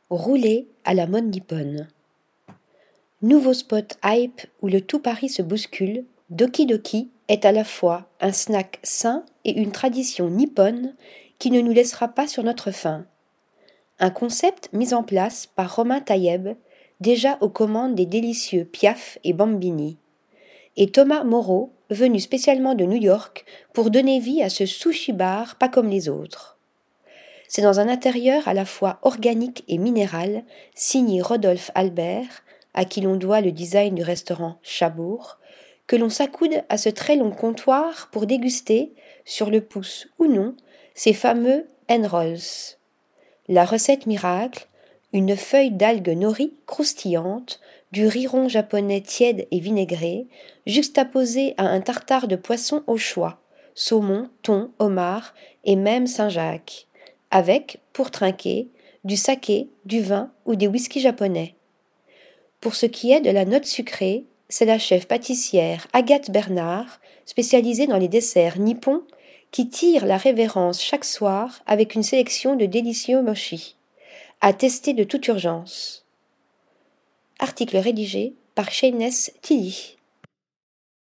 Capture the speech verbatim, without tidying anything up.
Rouler à la mode nippone. Nouveau spot hype où le tout Paris se bouscule, Doki Doki est à la fois un snack sain et une tradition nippone qui ne nous laissera pas sur notre faim. Un concept mis en place par Romain Taïeb, déjà aux commandes des délicieux Piaf et Bambini, et Thomas Moreau, venu spécialement de New York pour donner vie à ce sushi bar pas comme les autres. C'est dans un intérieur à la fois organique et minéral, signé Rodolphe Albert, à qui l'on doit le design du restaurant Chabour, que l'on s'accoude à ce très long comptoir pour déguster, sur le pouce ou non, ces fameux N-rolls. La recette miracle, une feuille d'algue nori croustillante, du riz rond japonais tiède et vinaigré, juxtaposé à un tartare de poisson au choix, saumon, thon, homard et même Saint-Jacques, avec, pour trinquer, du saké, du vin ou des whisky japonais. Pour ce qui est de la note sucrée, c'est la chef pâtissière Agathe Bernard, spécialisée dans les desserts nippons, qui tire la révérence chaque soir avec une sélection de délicieux mochi, à tester de toute urgence. Article rédigé par Shayness Tilly.